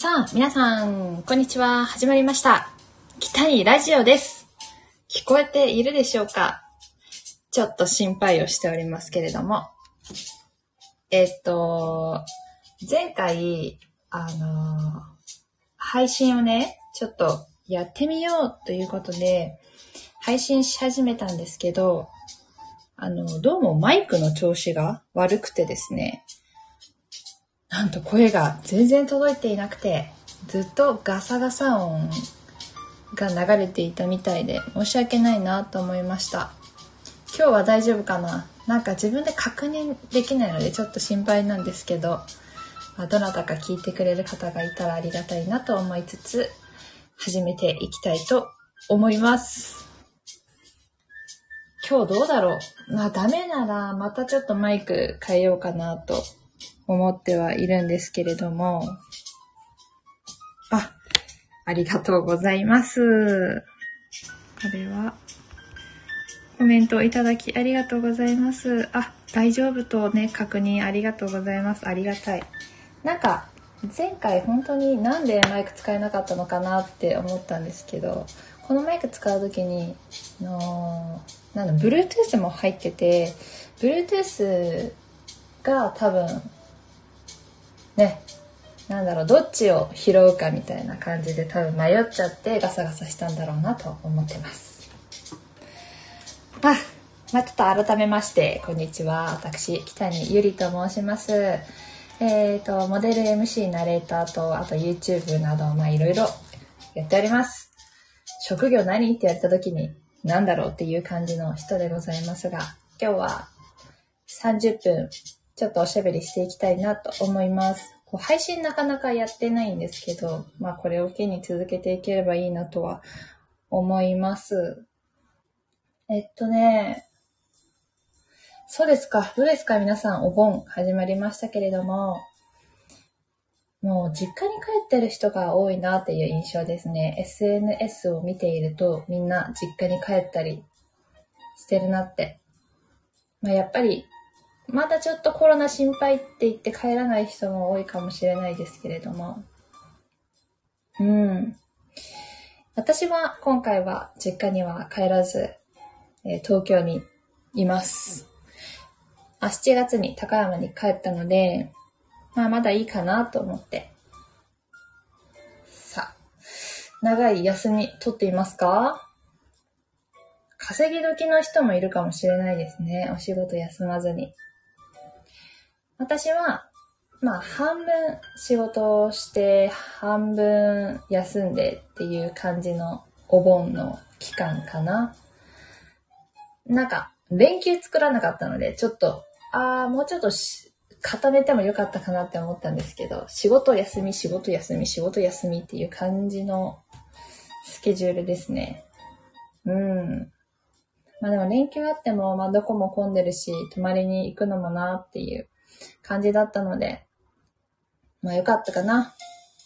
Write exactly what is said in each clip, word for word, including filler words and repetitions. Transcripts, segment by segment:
さあ、皆さん、こんにちは。始まりました。北にラジオです。聞こえているでしょうか？ちょっと心配をしておりますけれども。えっと、前回、あの、配信をね、ちょっとやってみようということで、配信し始めたんですけど、あの、どうもマイクの調子が悪くてですね、なんと声が全然届いていなくて、ずっとガサガサ音が流れていたみたいで申し訳ないなと思いました。今日は大丈夫かな？なんか自分で確認できないのでちょっと心配なんですけど、まあ、どなたか聞いてくれる方がいたらありがたいなと思いつつ始めていきたいと思います。今日どうだろう？まあダメならまたちょっとマイク変えようかなと思ってはいるんですけれども、あ、ありがとうございます。これはコメントいただきありがとうございます。あ、大丈夫とね、確認ありがとうございます。ありがたい。なんか前回本当になんでマイク使えなかったのかなって思ったんですけど、このマイク使うときにのなんだ Bluetooth も入ってて、Bluetooth が多分ね、なんだろう、どっちを拾うかみたいな感じで多分迷っちゃってガサガサしたんだろうなと思ってます。あ、まあ、ちょっと改めましてこんにちは。私北にゆりと申します。えーとモデル エムシー ナレーターとあと YouTube などまあいろいろやっております。職業何って言われた時に何だろうっていう感じの人でございますが、今日はさんじゅっぷんちょっとおしゃべりしていきたいなと思います。こう配信なかなかやってないんですけど、まあこれを機に続けていければいいなとは思います。えっとね、そうですか。どうですか皆さん、お盆始まりましたけれども、もう実家に帰ってる人が多いなっていう印象ですね。エスエヌエス を見ているとみんな実家に帰ったりしてるなって。まあ、やっぱりまだちょっとコロナ心配って言って帰らない人も多いかもしれないですけれども。うん。私は今回は実家には帰らず、えー、東京にいます。あ、しちがつに高山に帰ったので、まあまだいいかなと思って。さあ、長い休み取っていますか？稼ぎ時の人もいるかもしれないですね。お仕事休まずに。私は、まあ半分仕事をして半分休んでっていう感じのお盆の期間かな。なんか連休作らなかったのでちょっとあーもうちょっと固めてもよかったかなって思ったんですけど、仕事休み仕事休み仕事休みっていう感じのスケジュールですね。うん。まあでも連休あってもまあどこも混んでるし泊まりに行くのもなっていう感じだったので、まあよかったかな。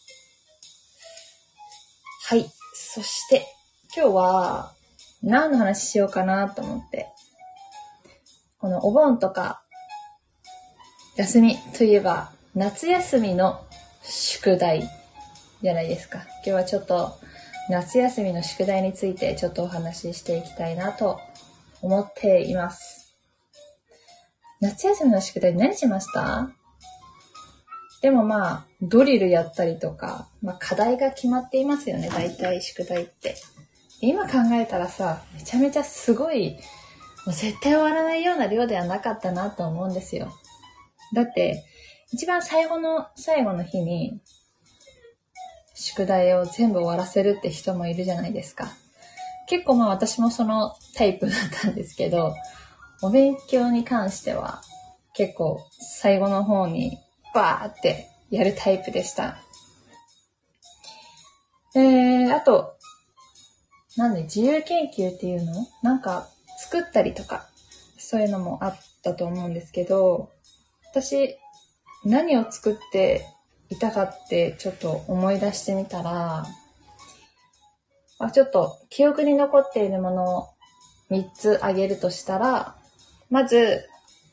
はい。そして今日は何の話しようかなと思って、このお盆とか休みといえば夏休みの宿題じゃないですか。今日はちょっと夏休みの宿題についてちょっとお話ししていきたいなと思っています。夏休みの宿題何しました？でもまあドリルやったりとか、まあ、課題が決まっていますよね。大体宿題って今考えたらさ、めちゃめちゃすごい、もう絶対終わらないような量ではなかったなと思うんですよ。だって一番最後の最後の日に宿題を全部終わらせるって人もいるじゃないですか。結構まあ私もそのタイプだったんですけど、お勉強に関しては結構最後の方にバーってやるタイプでした。えー、あと、なんで自由研究っていうの？なんか作ったりとか、そういうのもあったと思うんですけど、私何を作っていたかってちょっと思い出してみたら、まあ、ちょっと記憶に残っているものをみっつ挙げるとしたら、まず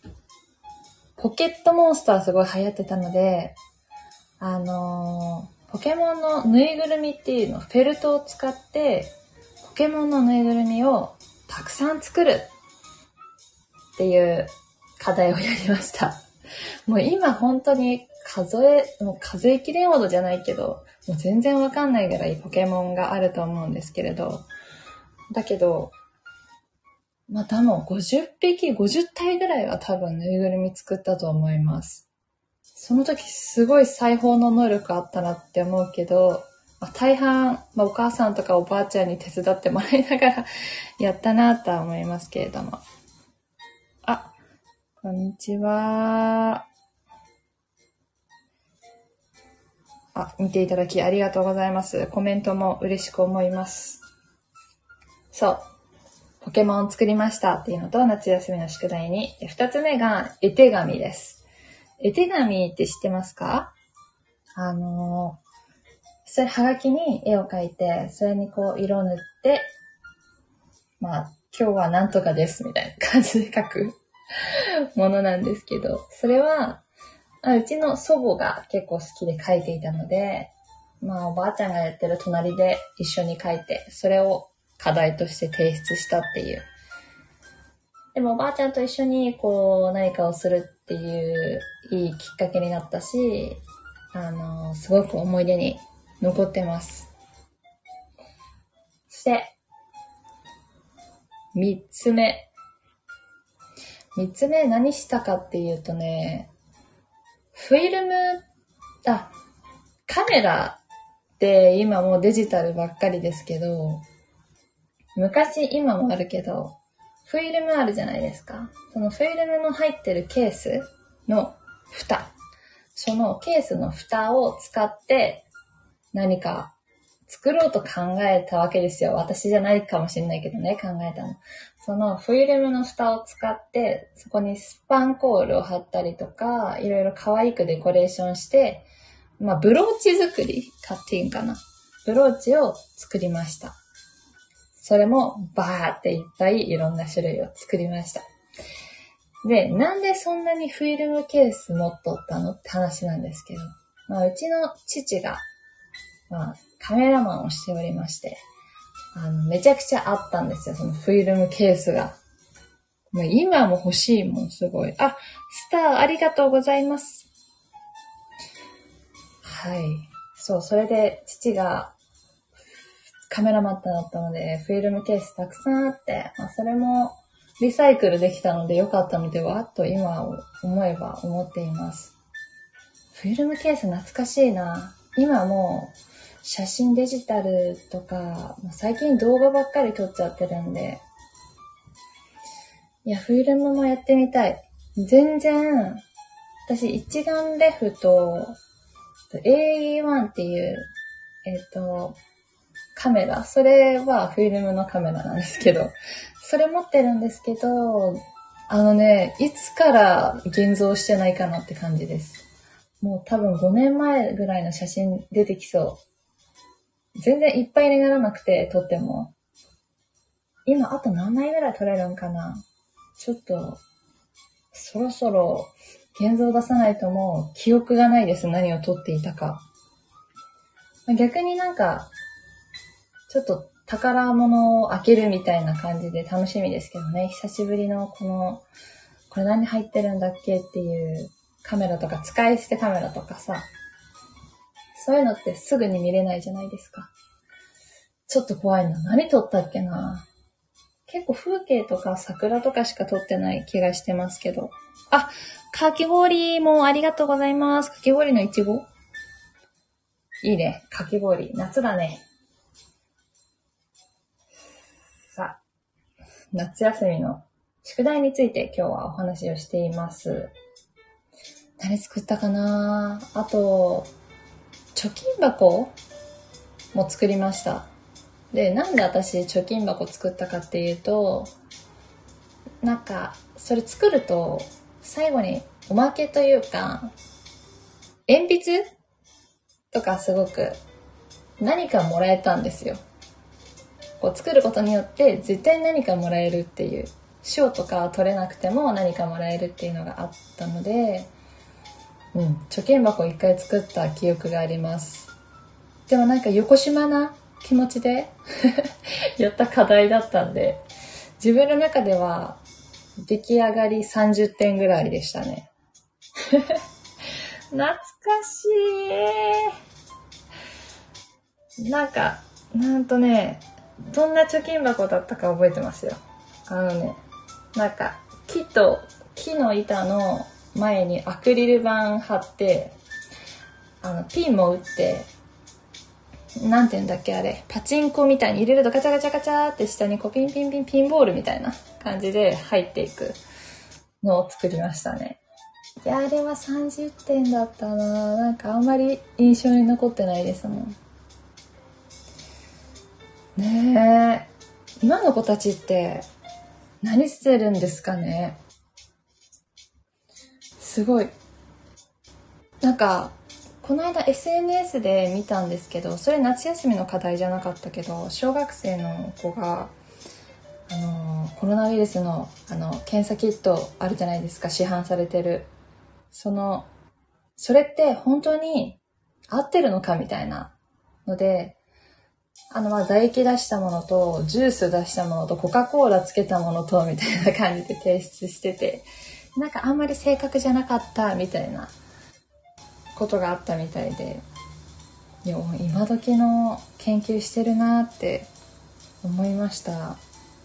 ポケットモンスターすごい流行ってたので、あのー、 ポケモンのぬいぐるみっていうの、フェルトを使ってポケモンのぬいぐるみをたくさん作るっていう課題をやりました。もう今本当に数え、もう数えきれんほどじゃないけど、もう全然わかんないぐらいポケモンがあると思うんですけれど、だけど、まあ多分ごじゅっぴき、ごじゅったいぐらいは多分ぬいぐるみ作ったと思います。その時すごい裁縫の能力あったなって思うけど、まあ、大半、まあ、お母さんとかおばあちゃんに手伝ってもらいながらやったなとは思いますけれども。あ、こんにちは。あ、見ていただきありがとうございます。コメントも嬉しく思います。そう。ポケモン作りましたっていうのと夏休みの宿題に。二つ目が絵手紙です。絵手紙って知ってますか？あのー、それはがきに絵を描いて、それにこう色塗って、まあ今日はなんとかですみたいな感じで描くものなんですけど、それはうちの祖母が結構好きで描いていたので、まあおばあちゃんがやってる隣で一緒に描いて、それを課題として提出したっていう。でもおばあちゃんと一緒にこう何かをするっていういいきっかけになったし、あのすごく思い出に残ってます。そして三つ目三つ目何したかっていうとね、フィルムあカメラって今もうデジタルばっかりですけど、昔今もあるけどフィルムあるじゃないですか。そのフィルムの入ってるケースの蓋。そのケースの蓋を使って何か作ろうと考えたわけですよ。私じゃないかもしれないけどね、考えたの。そのフィルムの蓋を使って、そこにスパンコールを貼ったりとか、いろいろ可愛くデコレーションして、まあブローチ作り買っていいんかな。ブローチを作りました。それもバーっていっぱいいろんな種類を作りました。で、なんでそんなにフィルムケース持っとったのって話なんですけど、まあ、うちの父が、まあ、カメラマンをしておりまして、あのめちゃくちゃあったんですよ、そのフィルムケースが。まあ、今も欲しいもん、すごい。あ、スターありがとうございます。はい。そう、それで父がカメラマンだったので、フィルムケースたくさんあって、まあ、それもリサイクルできたので良かったのではと今思えば思っています。フィルムケース懐かしいな。今もう写真デジタルとか、最近動画ばっかり撮っちゃってるんで、いや、フィルムもやってみたい。全然、私一眼レフと エーイーワン っていう、えっと、カメラ、それはフィルムのカメラなんですけど、それ持ってるんですけど、あのね、いつから現像してないかなって感じです。もう多分ごねんまえぐらいの写真出てきそう。全然いっぱいにならなくて撮っても。今あと何枚ぐらい撮れるんかな。ちょっと、そろそろ現像出さないともう記憶がないです。何を撮っていたか。逆になんか、ちょっと宝物を開けるみたいな感じで楽しみですけどね。久しぶりのこの、これ何入ってるんだっけっていうカメラとか、使い捨てカメラとかさ。そういうのってすぐに見れないじゃないですか。ちょっと怖いな。何撮ったっけな。結構風景とか桜とかしか撮ってない気がしてますけど。あ、かき氷もありがとうございます。かき氷のいちごいいね。かき氷。夏だね。さあ、夏休みの宿題について今日はお話をしています。何作ったかな。あと、貯金箱も作りました。で、なんで私貯金箱作ったかっていうと、なんか、それ作ると最後におまけというか、鉛筆とかすごく何かもらえたんですよ。こう作ることによって絶対何かもらえるっていう、賞とか取れなくても何かもらえるっていうのがあったので、うん、貯金箱一回作った記憶があります。 でもなんか横島な気持ちでやった課題だったんで、自分の中では出来上がりさんじゅってんぐらいでしたね。懐かしい。なんか、なんとね、どんな貯金箱だったか覚えてますよ。あのね、なんか木と木の板の前にアクリル板貼って、あのピンも打って、なんていうんだっけあれ、パチンコみたいに入れるとガチャガチャガチャって下にこうピンピンピンピンボールみたいな感じで入っていくのを作りましたね。で、あれはさんじゅってんだったな。なんかあんまり印象に残ってないですもん。ねえ。今の子たちって何してるんですかね。すごい。なんか、この間 エスエヌエス で見たんですけど、それ夏休みの課題じゃなかったけど、小学生の子が、あの、コロナウイルスの、あの、検査キットあるじゃないですか、市販されてる。その、それって本当に合ってるのかみたいなので、あの、まあ、唾液出したものと、ジュース出したものと、コカ・コーラつけたものと、みたいな感じで提出してて、なんかあんまり正確じゃなかった、みたいなことがあったみたいで、いや、今時の研究してるなって思いました。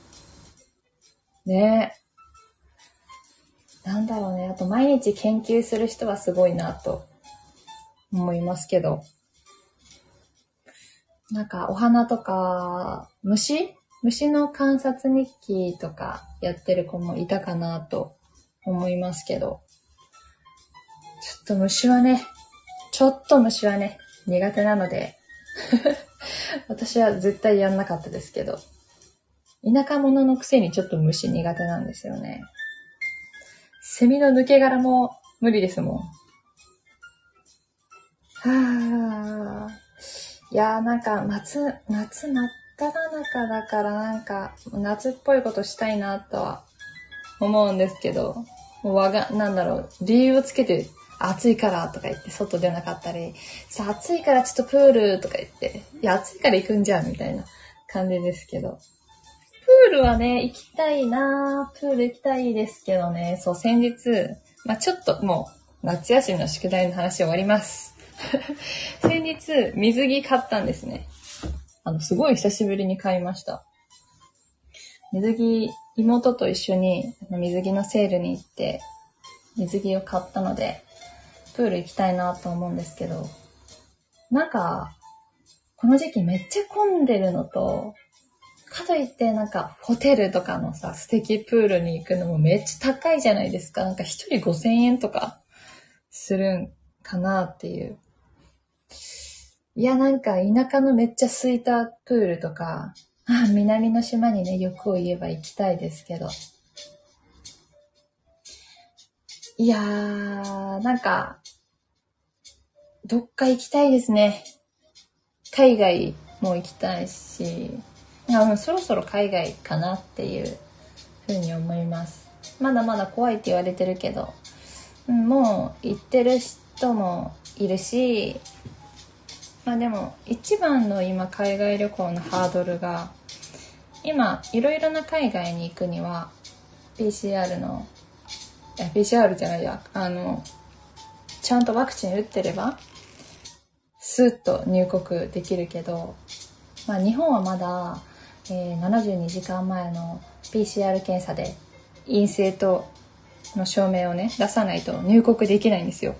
ねえ。なんだろうね。あと毎日研究する人はすごいなと思いますけど。なんかお花とか虫虫の観察日記とかやってる子もいたかなと思いますけど、ちょっと虫はねちょっと虫はね苦手なので私は絶対やんなかったですけど、田舎者のくせにちょっと虫苦手なんですよね。セミの抜け殻も無理ですもん。はぁ。いやーなんか夏、夏真っ只中だからなんか夏っぽいことしたいなとは思うんですけど、もうわが、なんだろう、理由をつけて暑いからとか言って外出なかったり、さあ暑いからちょっとプールとか言って、いや暑いから行くんじゃんみたいな感じですけど。プールはね、行きたいなプール行きたいですけどね、そう先日、まあちょっともう夏休みの宿題の話終わります。先日水着買ったんですね。あのすごい久しぶりに買いました。水着、妹と一緒に水着のセールに行って水着を買ったのでプール行きたいなと思うんですけど、なんかこの時期めっちゃ混んでるのと、かといってなんかホテルとかのさ素敵プールに行くのもめっちゃ高いじゃないですか。なんか一人ごせんえんとかするんかなっていう。いやなんか田舎のめっちゃ空いたプールとか、あ南の島にね欲を言えば行きたいですけど、いやーなんかどっか行きたいですね。海外も行きたいし、あそろそろ海外かなっていうふうに思います。まだまだ怖いって言われてるけど、もう行ってる人もいるし、まあでも一番の今海外旅行のハードルが、今いろいろな海外に行くには ピーシーアール のいや ピーシーアール じゃないやあのちゃんとワクチン打ってればスーッと入国できるけど、まあ日本はまだ、えー、ななじゅうにじかんまえの ピーシーアール 検査で陰性との証明をね出さないと入国できないんですよ。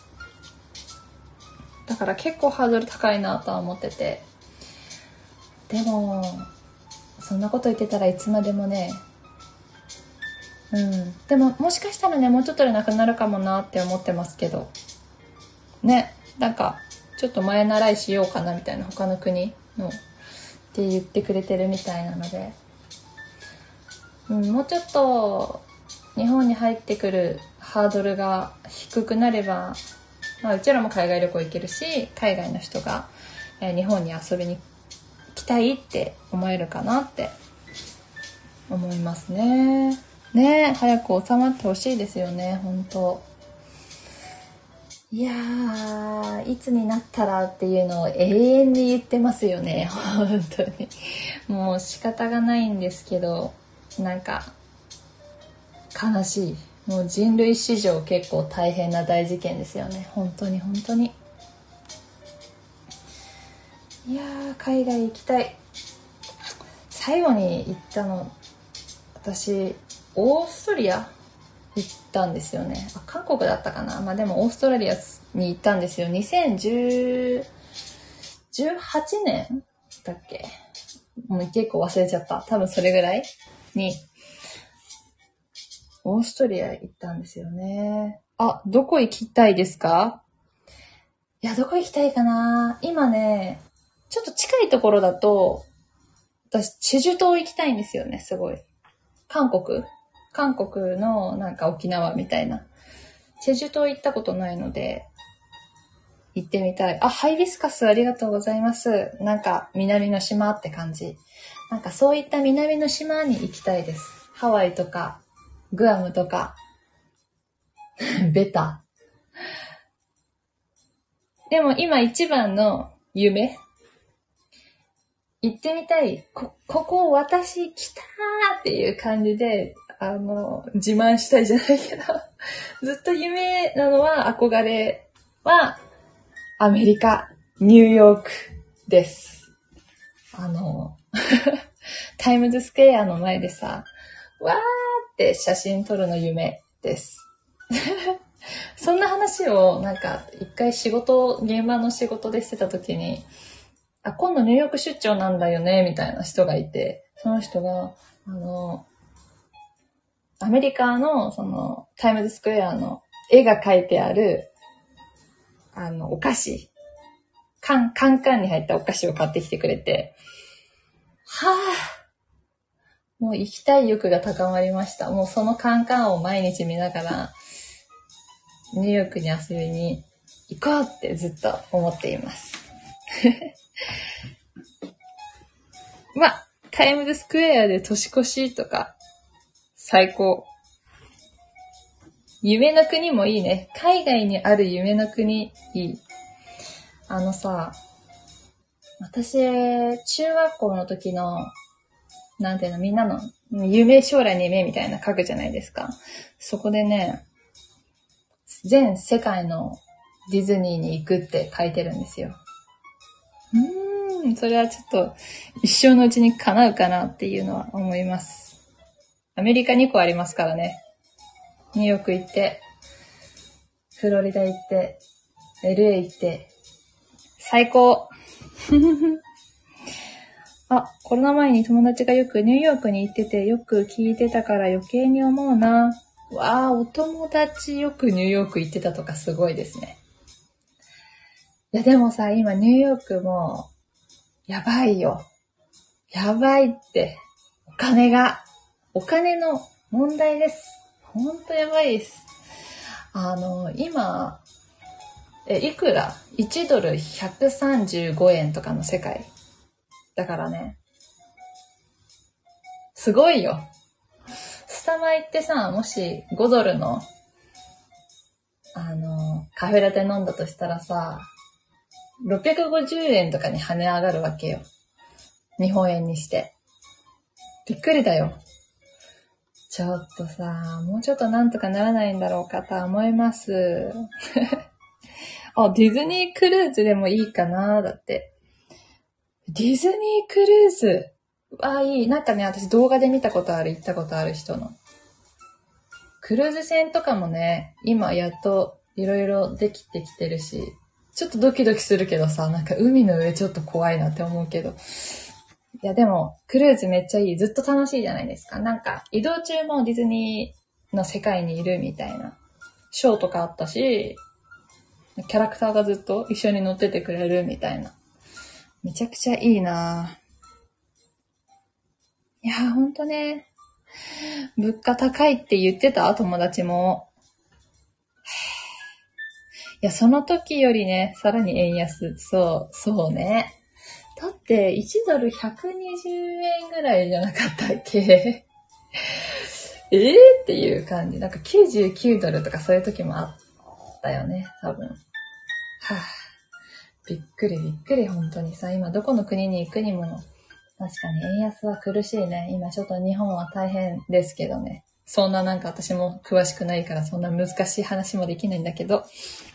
だから結構ハードル高いなとは思ってて、でもそんなこと言ってたらいつまでもね、うんでももしかしたらねもうちょっとでなくなるかもなって思ってますけどね、なんかちょっと前習いしようかなみたいな、他の国のって言ってくれてるみたいなので、うん、もうちょっと日本に入ってくるハードルが低くなれば、まあ、うちらも海外旅行行けるし、海外の人が、えー、日本に遊びに来たいって思えるかなって思いますね。ねえ、早く収まってほしいですよね、本当。 いやー、いつになったらっていうのを永遠に言ってますよね。本当に。もう仕方がないんですけど、なんか、悲しい。もう人類史上結構大変な大事件ですよね。本当に本当に。いやー、海外行きたい。最後に行ったの、私、オーストリア行ったんですよね。あ、韓国だったかな。まあでもオーストラリアに行ったんですよ。にせんじゅうはちねんだっけ。もう結構忘れちゃった。多分それぐらいにオーストリア行ったんですよね。あ、どこ行きたいですか？いや、どこ行きたいかな。今ね、ちょっと近いところだと、私、チェジュ島行きたいんですよね、すごい。韓国韓国のなんか沖縄みたいな。チェジュ島行ったことないので、行ってみたい。あ、ハイビスカスありがとうございます。なんか南の島って感じ。なんかそういった南の島に行きたいです。ハワイとか、グアムとか、ベタ。でも今一番の夢、行ってみたい。こ、ここ私来たーっていう感じで、あの、自慢したいじゃないけど、ずっと夢なのは憧れはアメリカ、ニューヨークです。あの、タイムズスクエアの前でさ、わーって写真撮るの夢です。そんな話をなんか一回仕事、現場の仕事でしてた時に、あ、今度ニューヨーク出張なんだよね、みたいな人がいて、その人が、あの、アメリカのそのタイムズスクエアの絵が描いてある、あの、お菓子、カン、カンカンに入ったお菓子を買ってきてくれて、はぁ、もう行きたい欲が高まりました。もうそのカンカンを毎日見ながら、ニューヨークに遊びに行こうってずっと思っています。まあ、タイムズスクエアで年越しとか、最高。夢の国もいいね。海外にある夢の国いい。あのさ、私、中学校の時の、なんていうの、みんなの夢、将来の夢みたいな書くじゃないですか。そこでね、全世界のディズニーに行くって書いてるんですよ。うーん、それはちょっと一生のうちに叶うかなっていうのは思います。アメリカにこありますからね。ニューヨーク行って、フロリダ行って、エルエー 行って、最高あ、コロナ前に友達がよくニューヨークに行っててよく聞いてたから余計に思うな。わあ、お友達よくニューヨーク行ってたとかすごいですね。いやでもさ、今ニューヨークもやばいよ。やばいって。お金が。お金の問題です。ほんとやばいです。あの、今、え、いくら ?いち ドルひゃくさんじゅうごえんとかの世界。だからね。すごいよ。スタバ行ってさ、もしごドルの、あの、カフェラテ飲んだとしたらさ、ろっぴゃくごじゅうえんとかに跳ね上がるわけよ。日本円にして。びっくりだよ。ちょっとさ、もうちょっとなんとかならないんだろうかと思います。あ、ディズニークルーズでもいいかな、だって。ディズニークルーズ。あ、いい。なんかね、私動画で見たことある、行ったことある人の。クルーズ船とかもね、今やっといろいろできてきてるし、ちょっとドキドキするけどさ、なんか海の上ちょっと怖いなって思うけど。いやでも、クルーズめっちゃいい。ずっと楽しいじゃないですか。なんか、移動中もディズニーの世界にいるみたいな。ショーとかあったし、キャラクターがずっと一緒に乗っててくれるみたいな。めちゃくちゃいいなぁ。いやーほんとね。物価高いって言ってた友達も。いや、その時よりね、さらに円安。そう、そうね。だって、いちドルひゃくにじゅうえんぐらいじゃなかったっけえーっていう感じ。なんかきゅうじゅうきゅうドルとかそういう時もあっったよね、多分。はぁ、びっくりびっくり、本当にさ、今どこの国に行くにも、確かに円安は苦しいね。今ちょっと日本は大変ですけどね。そんななんか私も詳しくないからそんな難しい話もできないんだけど。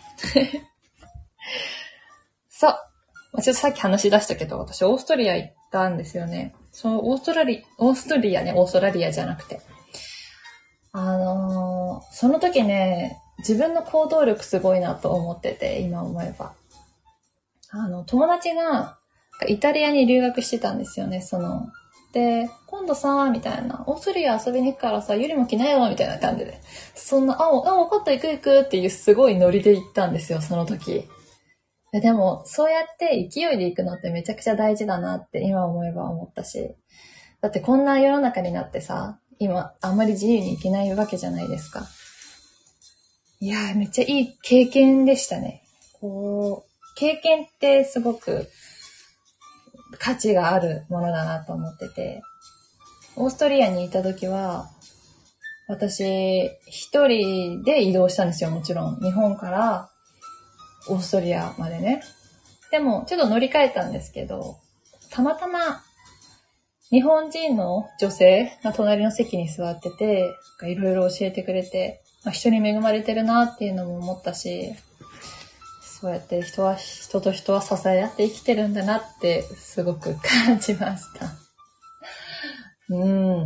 そう。まあ、ちょっとさっき話し出したけど、私オーストリア行ったんですよね。そのオーストラリ、オーストリアね、オーストラリアじゃなくて。あのー、その時ね、自分の行動力すごいなと思ってて、今思えば。あの、友達がイタリアに留学してたんですよね、その。で、今度さ、みたいな、オーストリア遊びに行くからさ、ゆりも来なよ、みたいな感じで。そんな、あ、あ、分かった、行く行くっていうすごいノリで行ったんですよ、その時。で, でも、そうやって勢いで行くのってめちゃくちゃ大事だなって今思えば思ったし。だってこんな世の中になってさ、今あんまり自由に行けないわけじゃないですか。いやー、めっちゃいい経験でしたね。こう、経験ってすごく価値があるものだなと思ってて、オーストリアにいた時は、私一人で移動したんですよ、もちろん。日本からオーストリアまでね。でも、ちょっと乗り換えたんですけど、たまたま日本人の女性が隣の席に座ってて、いろいろ教えてくれて、まあ、人に恵まれてるなっていうのも思ったし、そうやって人は、人と人は支え合って生きてるんだなってすごく感じました。うん。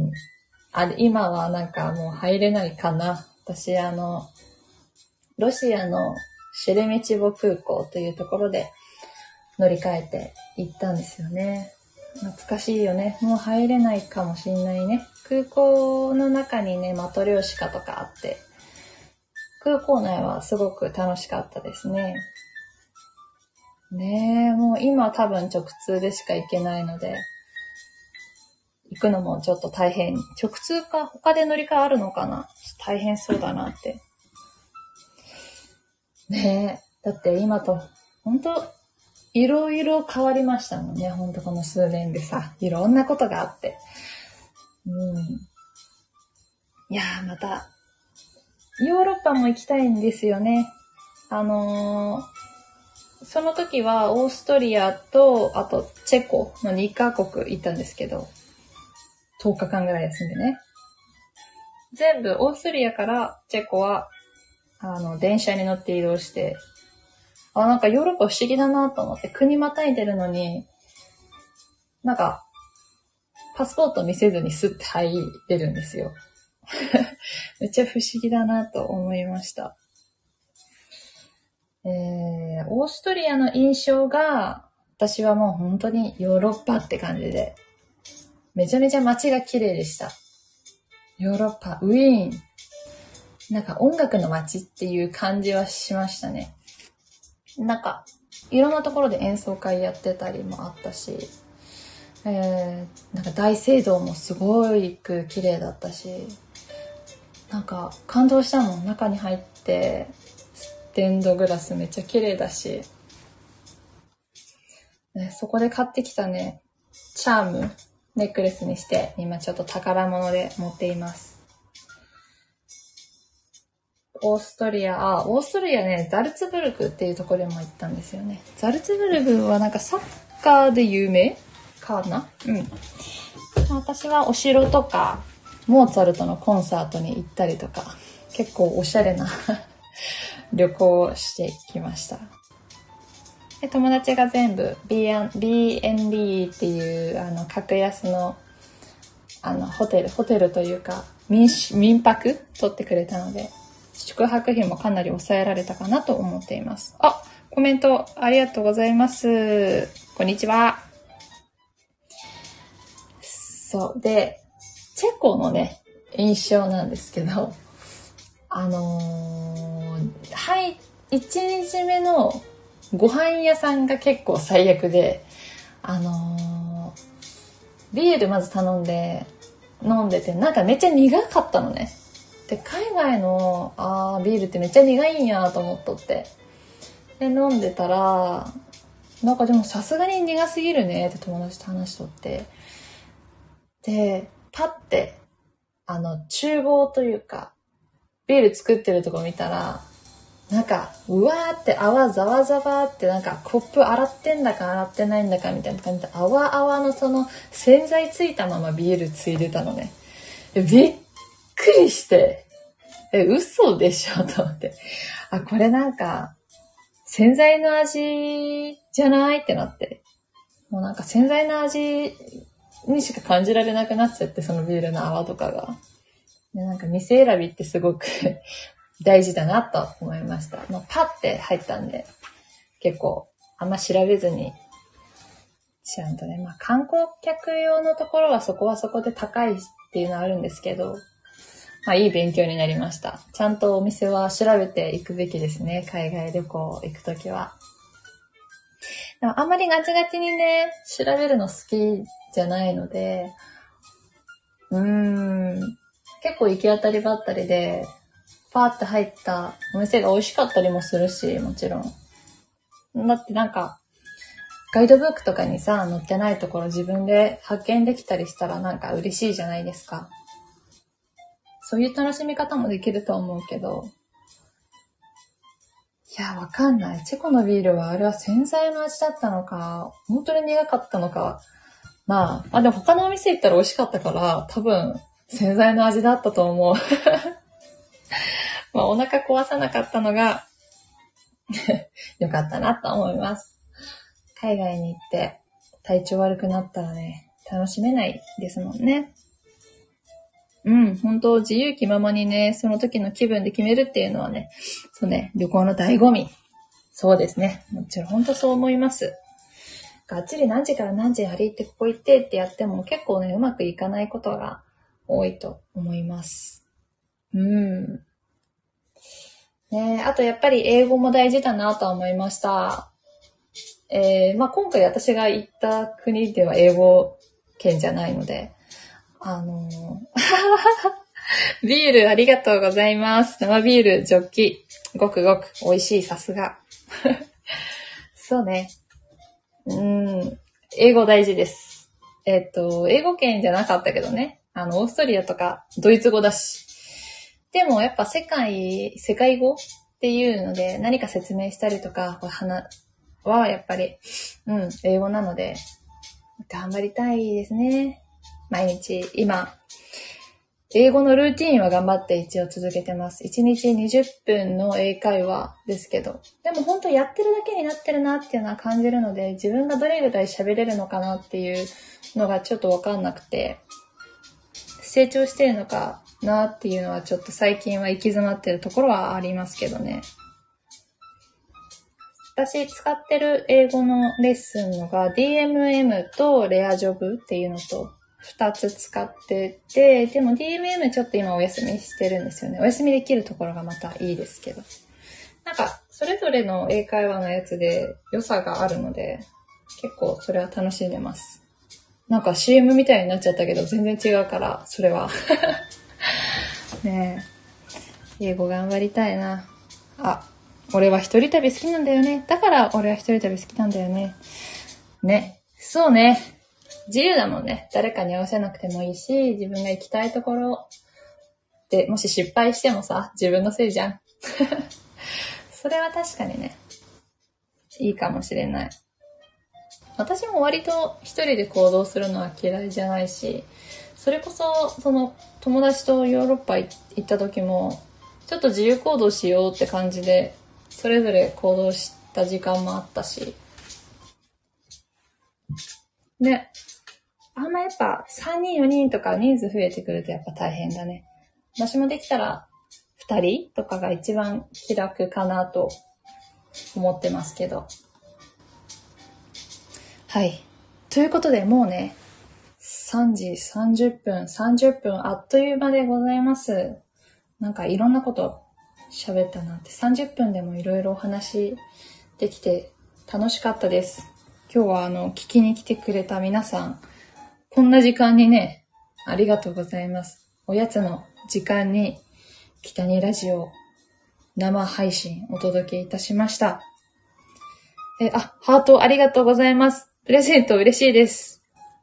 あれ、今はなんかもう入れないかな。私、あの、ロシアのシェレメチボ空港というところで乗り換えて行ったんですよね。懐かしいよね。もう入れないかもしんないね。空港の中にね、マトリョーシカとかあって、空港内はすごく楽しかったですね。ねえ、もう今多分直通でしか行けないので、行くのもちょっと大変。直通か他で乗り換えあるのかな？大変そうだなって。ねえ、だって今と、本当いろいろ変わりましたもんね。ほんとこの数年でさ、いろんなことがあって。うん。いやー、また、ヨーロッパも行きたいんですよね。あのー、その時はオーストリアと、あとチェコのにカ国行ったんですけど、とおかかんぐらい休んでね。全部オーストリアからチェコは、あの、電車に乗って移動して、あ、なんかヨーロッパ不思議だなと思って、国またいでるのに、なんか、パスポート見せずにスッて入れるんですよ。めっちゃ不思議だなと思いました。えー、オーストリアの印象が、私はもう本当にヨーロッパって感じで、めちゃめちゃ街が綺麗でした。ヨーロッパ、ウィーン。なんか音楽の街っていう感じはしましたね。なんか、いろんなところで演奏会やってたりもあったし、えー、なんか大聖堂もすごい綺麗だったし、なんか感動したもん。中に入ってステンドグラスめっちゃ綺麗だし、ね、そこで買ってきたねチャームネックレスにして今ちょっと宝物で持っています。オーストリア、あ、オーストリアね、ザルツブルクっていうところでも行ったんですよね。ザルツブルクはなんかサッカーで有名かな。うん。私はお城とかモーツァルトのコンサートに行ったりとか、結構おしゃれな旅行をしてきました。で、友達が全部 ビーエヌビー っていうあの格安のあのホテルホテルというか民民泊取ってくれたので、宿泊費もかなり抑えられたかなと思っています。あ、コメントありがとうございます。こんにちは。そうで、チェコのね印象なんですけど、あのー、はい一日目のご飯屋さんが結構最悪で、あのー、ビールまず頼んで飲んでて、なんかめっちゃ苦かったのね。で、海外のあービールってめっちゃ苦いんやと思っとって、で飲んでたら、なんかでもさすがに苦すぎるねって友達と話しとって、でパッてあの厨房というかビール作ってるとこ見たら、 なんか、うわーって泡ざわざわってなんかコップ洗ってんだか洗ってないんだかみたいな感じで、泡泡のその洗剤ついたままビールついでたのね。びっくりして、え、嘘でしょと思って。あ、これなんか、洗剤の味じゃないってなって。もうなんか洗剤の味にしか感じられなくなっちゃって、そのビールの泡とかが。で、なんか店選びってすごく大事だなと思いました。もうパッて入ったんで、結構あんま調べずに、ちゃんとね、まあ観光客用のところはそこはそこで高いっていうのはあるんですけど、まあいい勉強になりました。ちゃんとお店は調べていくべきですね。海外旅行行くときは。でもあんまりガチガチにね、調べるの好きじゃないので、うーん、結構行き当たりばったりで、パーって入ったお店が美味しかったりもするし、もちろん。だってなんか、ガイドブックとかにさ、載ってないところ自分で発見できたりしたらなんか嬉しいじゃないですか。そういう楽しみ方もできると思うけど、いや、わかんない。チェコのビールはあれは洗剤の味だったのか、本当に苦かったのか。まあ、あ、でも他のお店行ったら美味しかったから、多分洗剤の味だったと思う。まあ、お腹壊さなかったのがよかったなと思います。海外に行って体調悪くなったらね、楽しめないですもんね。うん、本当自由気ままにね、その時の気分で決めるっていうのはね、そうね、旅行の醍醐味。そうですね。もちろん本当そう思います。がっちり何時から何時に歩いてここ行ってってやっても結構ね、うまくいかないことが多いと思います。うん。ね、あとやっぱり英語も大事だなと思いました。えー、まあ今回私が行った国では英語圏じゃないので、あのー、ビールありがとうございます。生ビール、ジョッキ、ごくごく美味しい、さすが。そうね。うん、英語大事です。えっと、英語圏じゃなかったけどね。あの、オーストリアとかドイツ語だし。でもやっぱ世界、世界語っていうので何か説明したりとか、はやっぱり、うん、英語なので、頑張りたいですね。毎日、今、英語のルーティーンは頑張って一応続けてます。いちにちにじゅっぷんの英会話ですけど。でも本当やってるだけになってるなっていうのは感じるので、自分がどれぐらい喋れるのかなっていうのがちょっとわかんなくて、成長してるのかなっていうのはちょっと最近は行き詰まってるところはありますけどね。私使ってる英語のレッスンのが ディーエムエム とレアジョブっていうのとふたつ使ってて、でも ディーエムエム ちょっと今お休みしてるんですよね。お休みできるところがまたいいですけど。なんかそれぞれの英会話のやつで良さがあるので、結構それは楽しんでます。なんか シーエム みたいになっちゃったけど全然違うから、それは。ねえ、英語頑張りたいな。あ、俺は一人旅好きなんだよね。だから俺は一人旅好きなんだよね。ね。そうね。自由だもんね。誰かに合わせなくてもいいし、自分が行きたいところで、もし失敗してもさ、自分のせいじゃん。それは確かにね、いいかもしれない。私も割と一人で行動するのは嫌いじゃないし、それこそ、その友達とヨーロッパ行った時も、ちょっと自由行動しようって感じで、それぞれ行動した時間もあったし。ね。あんまやっぱさんにんよにんとか人数増えてくるとやっぱ大変だね。私もできたらふたりとかが一番気楽かなと思ってますけど。はい。ということでもうね、さんじさんじゅっぷん、さんじゅっぷんあっという間でございます。なんかいろんなこと喋ったなって、さんじゅっぷんでもいろいろお話できて楽しかったです。今日はあの、聞きに来てくれた皆さん、こんな時間にね、ありがとうございます。おやつの時間に、北にラジオ生配信お届けいたしました。え、あ、ハートありがとうございます。プレゼント嬉しいです。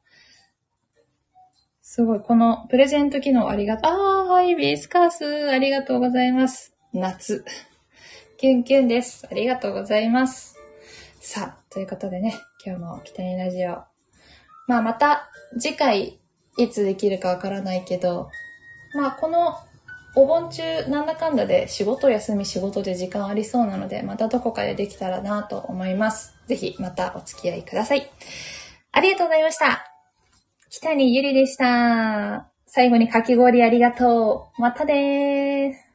すごい、このプレゼント機能ありがとう。あー、ハイビスカス、ありがとうございます。夏。 キュンキュンです。ありがとうございます。さあ、ということでね、今日も北にラジオ。まあまた次回いつできるかわからないけど、まあこのお盆中なんだかんだで仕事休み仕事で時間ありそうなので、またどこかでできたらなと思います。ぜひまたお付き合いください。ありがとうございました。北にゆりでした。最後にかき氷ありがとう。またねー。